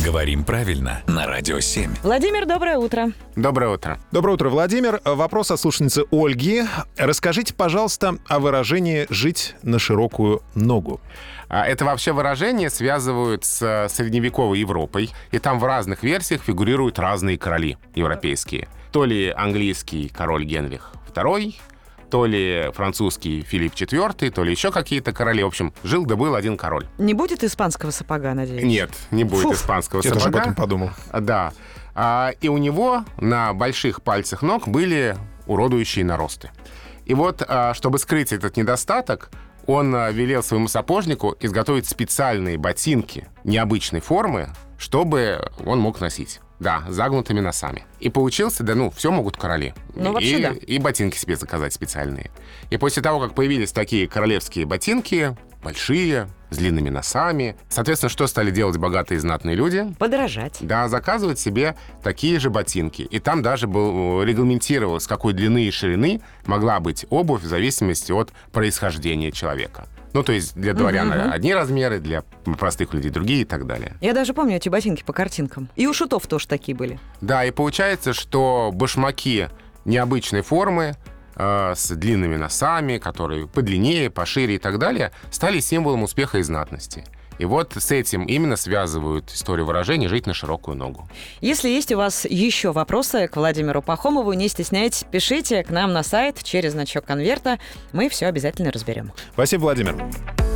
Говорим правильно на Радио 7. Владимир, доброе утро. Доброе утро. Доброе утро, Владимир. Вопрос от слушательницы Ольги. Расскажите, пожалуйста, о выражении «жить на широкую ногу». Это вообще выражение связывают с средневековой Европой, и там в разных версиях фигурируют разные короли европейские. То ли английский король Генрих II, то ли французский Филипп IV, то ли еще какие-то короли. В общем, жил да был один король. Не будет испанского сапога, надеюсь? Нет, не будет испанского Я тоже сапога. об этом подумал. Да. И у него на больших пальцах ног были уродующие наросты. И вот, чтобы скрыть этот недостаток, он велел своему сапожнику изготовить специальные ботинки необычной формы, чтобы он мог носить. Да, с загнутыми носами. И получился, все могут короли. Вообще да. И ботинки себе заказать специальные. И после того, как появились такие королевские ботинки, большие, с длинными носами, соответственно, что стали делать богатые и знатные люди? Подорожать. Да, заказывать себе такие же ботинки. И там даже регламентировалось, с какой длины и ширины могла быть обувь в зависимости от происхождения человека. То есть для дворян одни размеры, для простых людей другие и так далее. Я даже помню эти ботинки по картинкам. И у шутов тоже такие были. Да, и получается, что башмаки необычной формы, с длинными носами, которые подлиннее, пошире и так далее, стали символом успеха и знатности. И вот с этим именно связывают историю выражения «жить на широкую ногу». Если есть у вас еще вопросы к Владимиру Пахомову, не стесняйтесь, пишите к нам на сайт через значок конверта. Мы все обязательно разберем. Спасибо, Владимир.